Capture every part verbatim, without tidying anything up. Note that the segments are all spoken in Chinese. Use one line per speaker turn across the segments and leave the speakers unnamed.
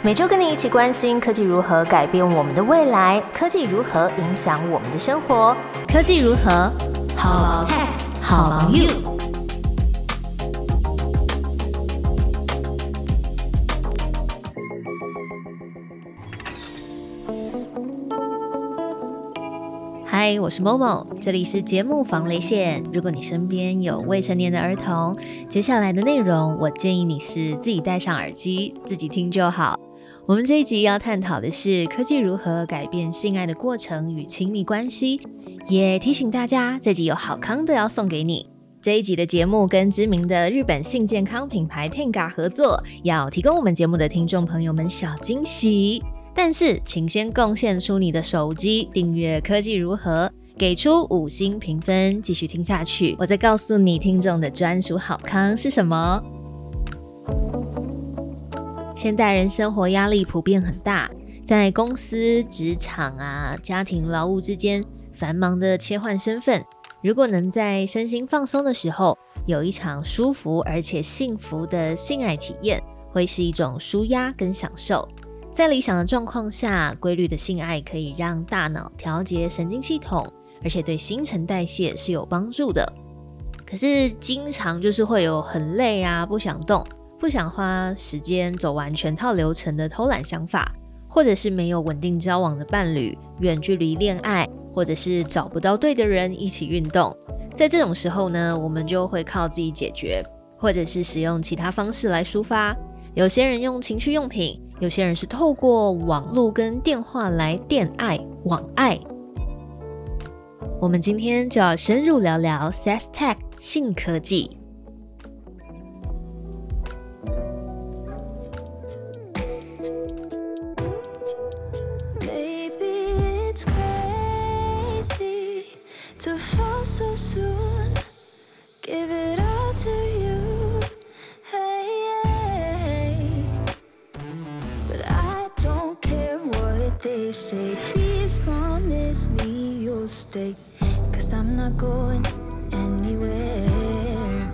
每周跟你一起关心科技如何改变我们的未来，科技如何影响我们的生活，科技如何好 Tech 好 You。嗨，我是 Momo， 这里是节目防雷线。如果你身边有未成年的儿童，接下来的内容我建议你是自己戴上耳机，自己听就好。我们这一集要探讨的是科技如何改变性爱的过程与亲密关系，也提醒大家这集有好康的要送给你。这一集的节目跟知名的日本性健康品牌 Tenga 合作，要提供我们节目的听众朋友们小惊喜。但是请先贡献出你的手机，订阅科技如何，给出五星评分，继续听下去，我再告诉你听众的专属好康是什么。现代人生活压力普遍很大，在公司、职场啊、家庭、劳务之间繁忙的切换身份，如果能在身心放松的时候有一场舒服而且幸福的性爱体验，会是一种抒压跟享受。在理想的状况下，规律的性爱可以让大脑调节神经系统，而且对新陈代谢是有帮助的。可是经常就是会有很累啊，不想动，不想花时间走完全套流程的偷懒想法，或者是没有稳定交往的伴侣，远距离恋爱，或者是找不到对的人一起运动。在这种时候呢，我们就会靠自己解决，或者是使用其他方式来抒发。有些人用情趣用品，有些人是透过网络跟电话来电爱、网爱。我们今天就要深入聊聊 Sex Tech 性科技。
To fall so soon, give it all to you, hey, hey. But I don't care what they say, please promise me you'll stay, 'cause I'm not going anywhere.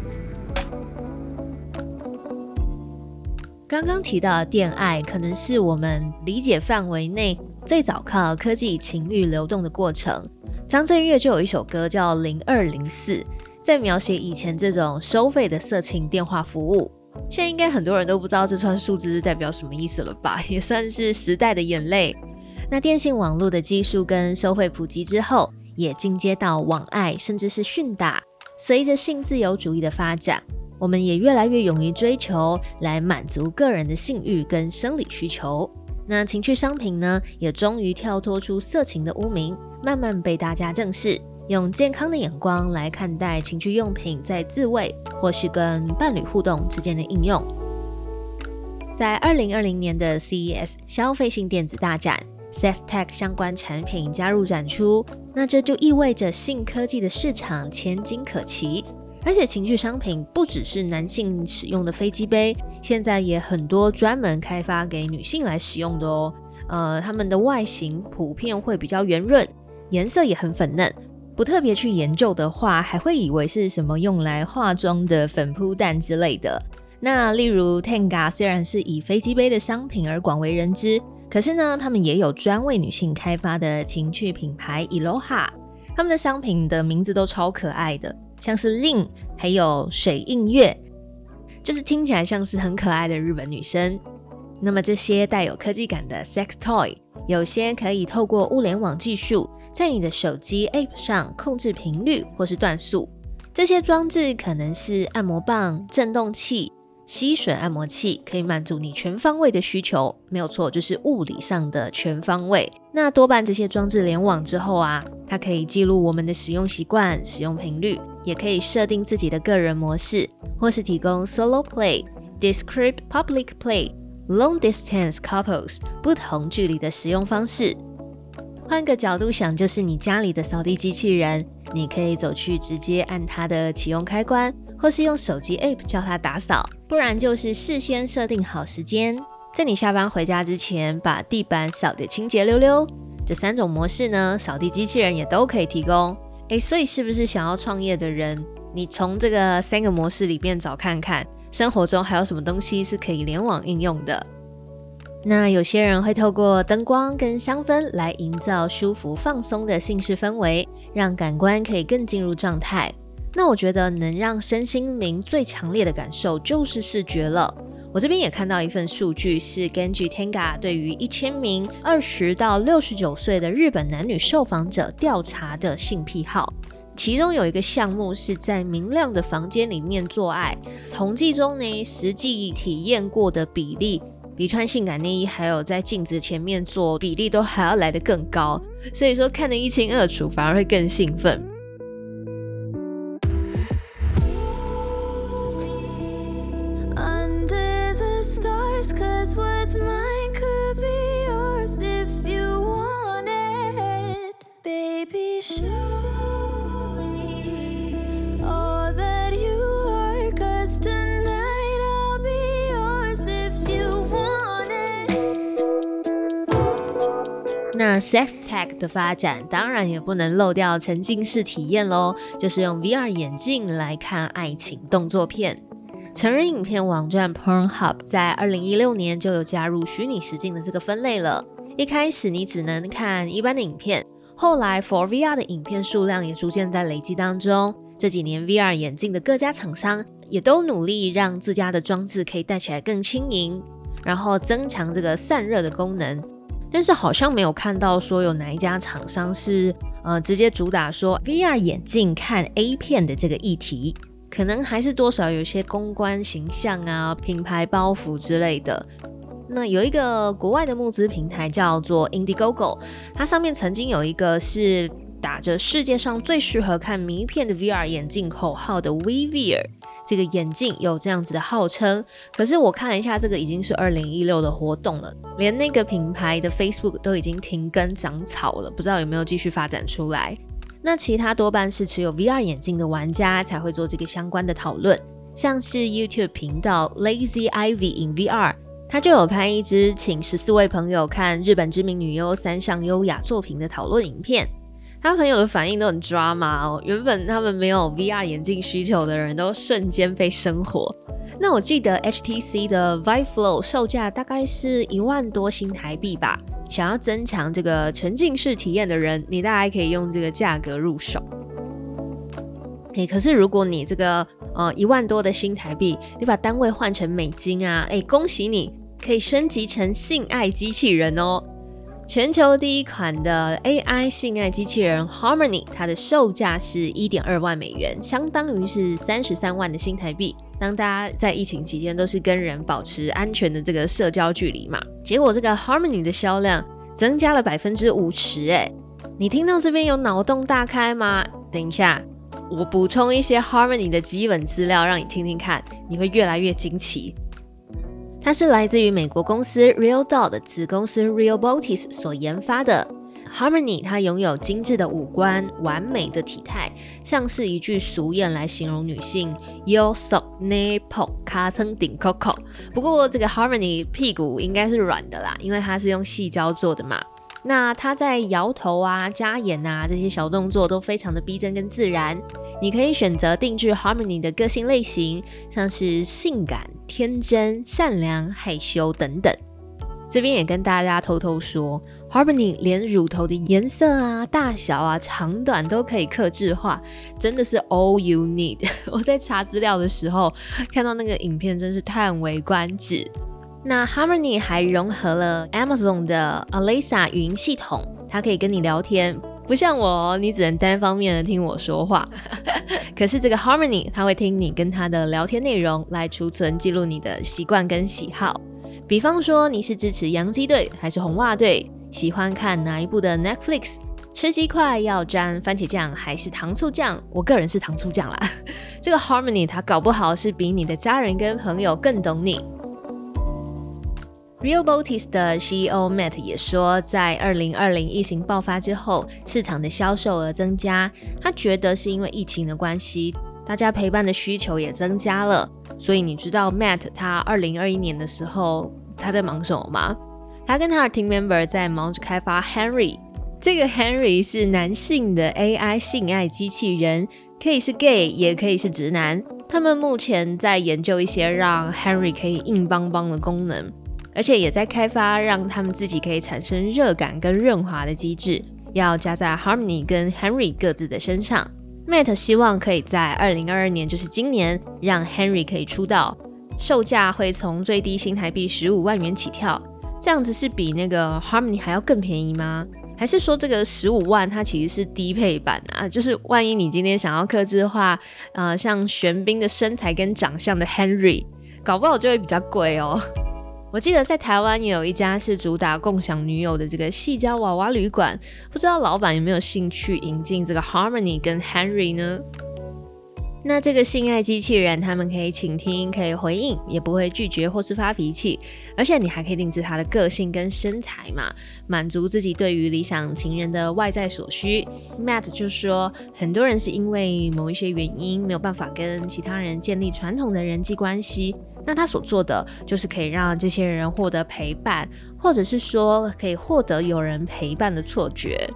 刚刚提到的电爱，可能是我们理解范围内最早靠科技情欲流动的过程。张震岳就有一首歌叫零二零四，在描写以前这种收费的色情电话服务。现在应该很多人都不知道这串数字是代表什么意思了吧，也算是时代的眼泪。那电信网络的技术跟收费普及之后，也进阶到网爱甚至是讯打。随着性自由主义的发展，我们也越来越勇于追求来满足个人的性欲跟生理需求。那情趣商品呢，也终于跳脱出色情的污名，慢慢被大家正视，用健康的眼光来看待情趣用品在自慰或是跟伴侣互动之间的应用。在二零二零年的 C E S 消费性电子大展， Sex Tech 相关产品加入展出，那这就意味着性科技的市场前景可期。而且情趣商品不只是男性使用的飞机杯，现在也很多专门开发给女性来使用的哦。呃，它们的外形普遍会比较圆润，颜色也很粉嫩，不特别去研究的话，还会以为是什么用来化妆的粉扑蛋之类的。那例如 Tenga 虽然是以飞机杯的商品而广为人知，可是呢，他们也有专为女性开发的情趣品牌 Iloha， 他们的商品的名字都超可爱的，像是 Lin 还有水映月，就是听起来像是很可爱的日本女生。那么这些带有科技感的 sex toy， 有些可以透过物联网技术在你的手机 App 上控制频率或是段数。这些装置可能是按摩棒、震动器、吸吮按摩器，可以满足你全方位的需求，没有错，就是物理上的全方位。那多半这些装置联网之后啊，它可以记录我们的使用习惯、使用频率，也可以设定自己的个人模式，或是提供 solo play、discrete public play、long distance couples 不同距离的使用方式。换个角度想，就是你家里的扫地机器人，你可以走去直接按它的启用开关，或是用手机 App 叫它打扫，不然就是事先设定好时间，在你下班回家之前把地板扫得清洁溜溜。这三种模式呢，扫地机器人也都可以提供。诶，所以是不是想要创业的人，你从这个三个模式里面找看看，生活中还有什么东西是可以联网应用的。 那有些人会透过灯光跟香氛来营造舒服放松的性事氛围，让感官可以更进入状态。那我觉得能让身心灵最强烈的感受就是视觉了。我这边也看到一份数据，是根据 Tenga 对于一千名二十到六十九岁的日本男女受访者调查的性癖好，其中有一个项目是在明亮的房间里面做爱，统计中呢，实际体验过的比例比穿性感内衣还有在镜子前面做比例都还要来得更高，所以说看得一清二楚，反而会更兴奋。
Cause what's mine could be yours if you want it. Baby, show me all that you are, cause tonight I'll be yours if you want it.
那 Sex Tech 的发展当然也不能漏掉沉浸式体验咯，就是用 V R 眼镜来看爱情动作片。成人影片网站 Pornhub 在二零一六年就有加入虚拟实境的这个分类了。一开始你只能看一般的影片，后来 For V R 的影片数量也逐渐在累积当中。这几年 V R 眼镜的各家厂商也都努力让自家的装置可以戴起来更轻盈，然后增强这个散热的功能。但是好像没有看到说有哪一家厂商是呃直接主打说 V R 眼镜看 A 片的这个议题。可能还是多少有些公关形象啊、品牌包袱之类的。那有一个国外的募资平台叫做 Indiegogo， 它上面曾经有一个是打着世界上最适合看迷片的 V R 眼镜口号的 Vivir， 这个眼镜有这样子的号称。可是我看了一下，这个已经是二零一六的活动了，连那个品牌的 Facebook 都已经停更长草了，不知道有没有继续发展出来。那其他多半是持有 V R 眼镜的玩家才会做这个相关的讨论，像是 YouTube 频道 Lazy Ivy in V R， 他就有拍一支请十四位朋友看日本知名女优三项优雅作品的讨论影片。他朋友的反应都很 drama 哦，原本他们没有 V R 眼镜需求的人都瞬间被生活。那我记得 H T C 的 Vive Flow 售价大概是一万多新台币吧，想要增强这个沉浸式体验的人，你大概可以用这个价格入手。欸、可是如果你这个呃一万多的新台币，你把单位换成美金啊，欸、恭喜你可以升级成性爱机器人哦。全球第一款的 A I 性爱机器人 Harmony， 它的售价是 一点二万美元，相当于是三十三万的新台币。当大家在疫情期间都是跟人保持安全的这个社交距离嘛，结果这个 Harmony 的销量增加了 百分之五十， 欸，你听到这边有脑洞大开吗？等一下，我补充一些 Harmony 的基本资料让你听听看，你会越来越惊奇。它是来自于美国公司 Real Doll 的子公司 Realbotics 所研发的。Harmony 它拥有精致的五官、完美的体态，像是一句俗谚来形容女性 Yo sok ne po 卡层顶 coco。 不过这个 Harmony 屁股应该是软的啦，因为它是用矽胶做的嘛。那它在摇头啊、加眼啊这些小动作都非常的逼真跟自然。你可以选择定制 Harmony 的个性类型，像是性感、天真、善良、害羞等等。这边也跟大家偷偷说， Harmony 连乳头的颜色啊、大小啊、长短都可以客制化，真的是 all you need。 我在查资料的时候看到那个影片真是叹为观止。那 Harmony 还融合了 Amazon 的 Alexa 语音系统，它可以跟你聊天，不像我你只能单方面的听我说话。可是这个 Harmony 它会听你跟它的聊天内容来储存记录你的习惯跟喜好，比方说你是支持洋基队还是红袜队，喜欢看哪一部的 Netflix， 吃鸡块要沾番茄酱还是糖醋酱，我个人是糖醋酱啦。这个 Harmony 它搞不好是比你的家人跟朋友更懂你。Realbotics 的 C E O Matt 也说，在二零二零疫情爆发之后，市场的销售额增加，他觉得是因为疫情的关系，大家陪伴的需求也增加了。所以你知道 Matt 他二零二一年的时候他在忙什么吗？他跟他的 team member 在忙着开发 Henry。 这个 Henry 是男性的 A I 性爱机器人，可以是 gay 也可以是直男。他们目前在研究一些让 Henry 可以硬邦邦的功能， 而且也在开发让他们自己可以产生热感跟润滑的机制，要加在 Harmony 跟 Henry 各自的身上。 Matt 希望可以在二零二二年，就是今年，让 Henry 可以出道，售价会从最低新台币十五万元起跳。这样子是比那个 Harmony 还要更便宜吗？还是说这个十五万它其实是低配版啊？就是万一你今天想要客制化呃，像玄彬的身材跟长相的 Henry， 搞不好就会比较贵哦。我记得在台湾也有一家是主打共享女友的这个矽胶娃娃旅馆，不知道老板有没有兴趣引进这个 Harmony 跟 Henry 呢？那这个性爱机器人，他们可以倾听，可以回应，也不会拒绝或是发脾气，而且你还可以定制他的个性跟身材嘛，满足自己对于理想情人的外在所需。 Matt 就说，很多人是因为某一些原因没有办法跟其他人建立传统的人际关系，那他所做的就是可以让这些人获得陪伴，或者是说可以获得有人陪伴的错觉。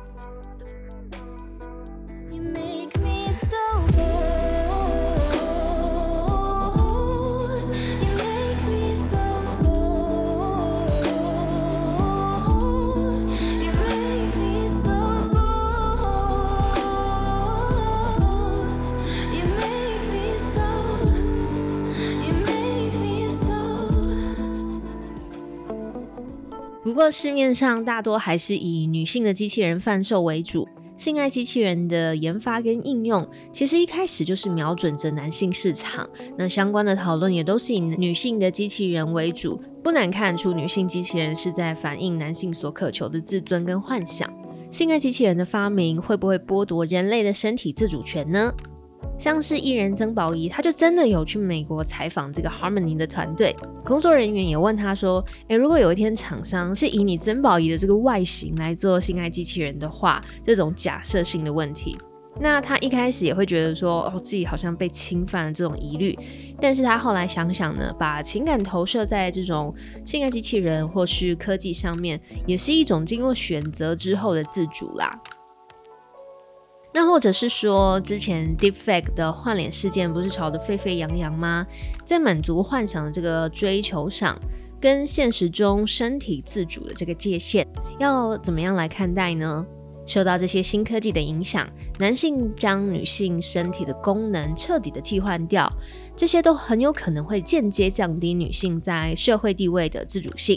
不过市面上大多还是以女性的机器人贩售为主，性爱机器人的研发跟应用其实一开始就是瞄准着男性市场，那相关的讨论也都是以女性的机器人为主，不难看出女性机器人是在反映男性所渴求的自尊跟幻想。性爱机器人的发明会不会剥夺人类的身体自主权呢？像是艺人曾宝仪，他就真的有去美国采访这个 Harmony 的团队，工作人员也问他说，诶，如果有一天厂商是以你曾宝仪的这个外形来做性爱机器人的话，这种假设性的问题，那他一开始也会觉得说，哦，自己好像被侵犯了这种疑虑，但是他后来想想呢，把情感投射在这种性爱机器人或是科技上面，也是一种经过选择之后的自主啦。那或者是说，之前 Deepfake 的换脸事件不是吵得沸沸扬扬吗？在满足幻想的这个追求上，跟现实中身体自主的这个界限，要怎么样来看待呢？受到这些新科技的影响，男性将女性身体的功能彻底的替换掉，这些都很有可能会间接降低女性在社会地位的自主性。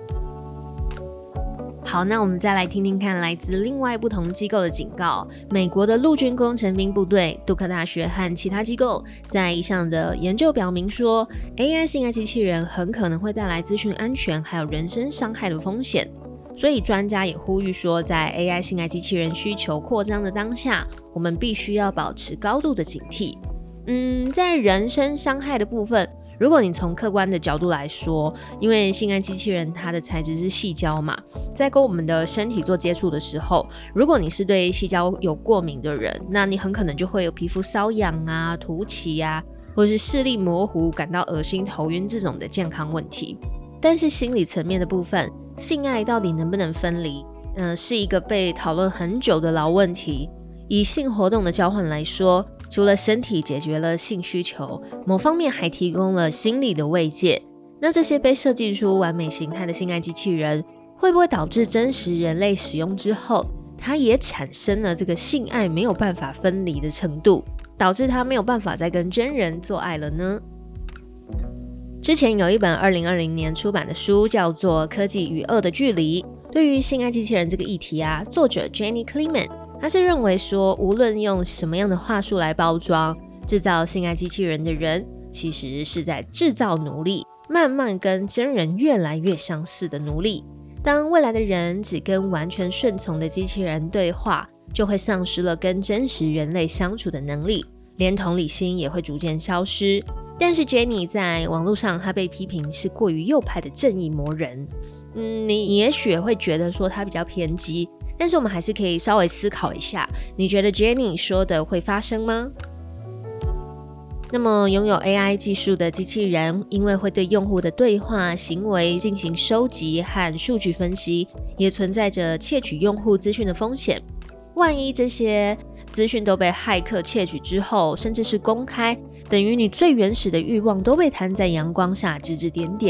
好，那我们再来听听看来自另外不同机构的警告。美国的陆军工程兵部队、杜克大学和其他机构在一项的研究表明说， A I 性爱机器人很可能会带来资讯安全还有人身伤害的风险。所以专家也呼吁说，在 A I 性爱机器人需求扩张的当下，我们必须要保持高度的警惕。嗯，在人身伤害的部分，如果你从客观的角度来说，因为性爱机器人它的材质是矽胶嘛，在跟我们的身体做接触的时候，如果你是对矽胶有过敏的人，那你很可能就会有皮肤瘙痒啊、凸起啊，或是视力模糊、感到恶心、头晕这种的健康问题。但是心理层面的部分，性爱到底能不能分离，呃，是一个被讨论很久的老问题。以性活动的交换来说，除了身体解决了性需求，某方面还提供了心理的慰藉。那这些被设计出完美形态的性爱机器人，会不会导致真实人类使用之后，它也产生了这个性爱没有办法分离的程度，导致它没有办法再跟真人做爱了呢？之前有一本二零二零年出版的书叫做《科技与恶的距离》，对于性爱机器人这个议题啊，作者 Jenny Kleeman他是认为说，无论用什么样的话术来包装，制造性爱机器人的人其实是在制造奴隶，慢慢跟真人越来越相似的奴隶。当未来的人只跟完全顺从的机器人对话，就会丧失了跟真实人类相处的能力，连同理心也会逐渐消失。但是 Jenny 在网络上她被批评是过于右派的正义魔人，嗯，你也许会觉得说她比较偏激，但是我们还是可以稍微思考一下，你觉得 Jenny 说的会发生吗？那么拥有 A I 技术的机器人，因为会对用户的对话行为进行收集和数据分析，也存在着窃取用户资讯的风险。万一这些资讯都被骇客窃取之后，甚至是公开，等于你最原始的欲望都被摊在阳光下指指点点。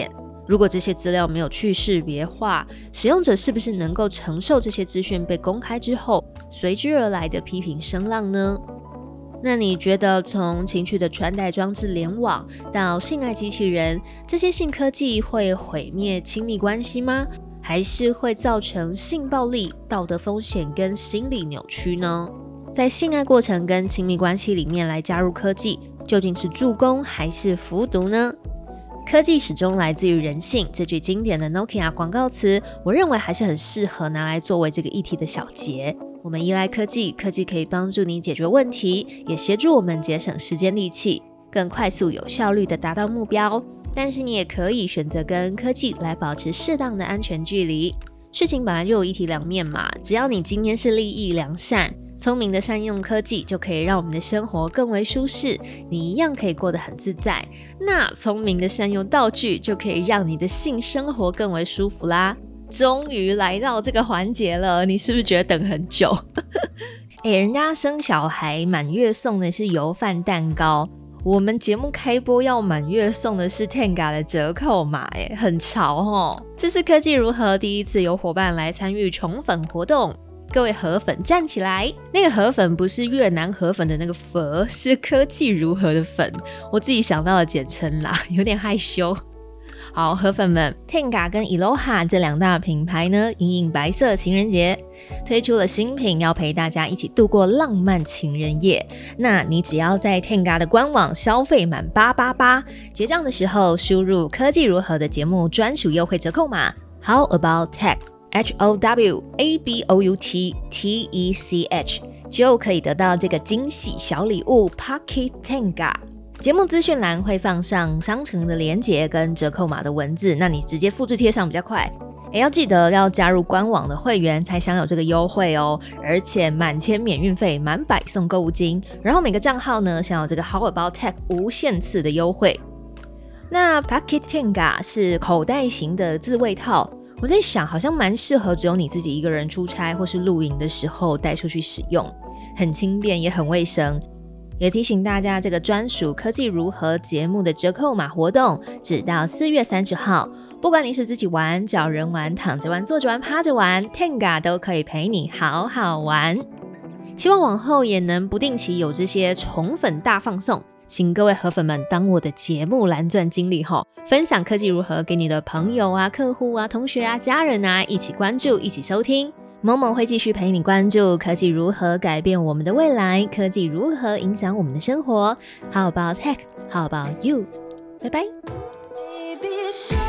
如果这些资料没有去识别化，使用者是不是能够承受这些资讯被公开之后随之而来的批评声浪呢？那你觉得从情趣的穿戴装置联网到性爱机器人，这些性科技会毁灭亲密关系吗？还是会造成性暴力、道德风险跟心理扭曲呢？在性爱过程跟亲密关系里面来加入科技，究竟是助攻还是服毒呢？科技始终来自于人性，这句经典的 Nokia 广告词，我认为还是很适合拿来作为这个议题的小结。我们依赖科技，科技可以帮助你解决问题，也协助我们节省时间力气，更快速有效率的达到目标。但是你也可以选择跟科技来保持适当的安全距离。事情本来就有一体两面嘛，只要你今天是利益良善，聪明的善用科技就可以让我们的生活更为舒适，你一样可以过得很自在。那聪明的善用道具就可以让你的性生活更为舒服啦。终于来到这个环节了，你是不是觉得等很久？欸，人家生小孩满月送的是油饭蛋糕，我们节目开播要满月送的是 Tenga 的折扣码，欸，很潮哦。这是科技如何第一次有伙伴来参与宠粉活动，各位河粉站起来！那个河粉不是越南河粉的那个佛，是科技如何的粉，我自己想到了简称啦，有点害羞。好，河粉们 Tenga 跟 Eloha 这两大品牌呢，因应白色情人节推出了新品，要陪大家一起度过浪漫情人夜。那你只要在 Tenga 的官网消费满八八八，结账的时候输入科技如何的节目专属优惠折扣码 How About Tech H O W A B O U T T E C H 就可以得到这个惊喜小礼物 Pocket Tenga。节目资讯栏会放上商城的连结跟折扣码的文字，那你直接复制贴上比较快。也要记得要加入官网的会员才享有这个优惠哦，而且满千免运费，满百送购物金，然后每个账号呢享有这个 How About Tech 无限次的优惠。那 Pocket Tenga 是口袋型的自慰套，我在想好像蛮适合只有你自己一个人出差或是露营的时候带出去使用，很轻便也很卫生。也提醒大家，这个专属科技如何节目的折扣码活动只到四月三十号，不管你是自己玩、找人玩、躺着玩、坐着玩、趴着玩， Tenga 都可以陪你好好玩。希望往后也能不定期有这些宠粉大放送，请各位河粉们当我的节目蓝钻经理吼，分享科技如何给你的朋友啊、客户啊、同学啊、家人啊一起关注、一起收听。某某会继续陪你关注科技如何改变我们的未来，科技如何影响我们的生活。How about tech? How about you? 拜拜。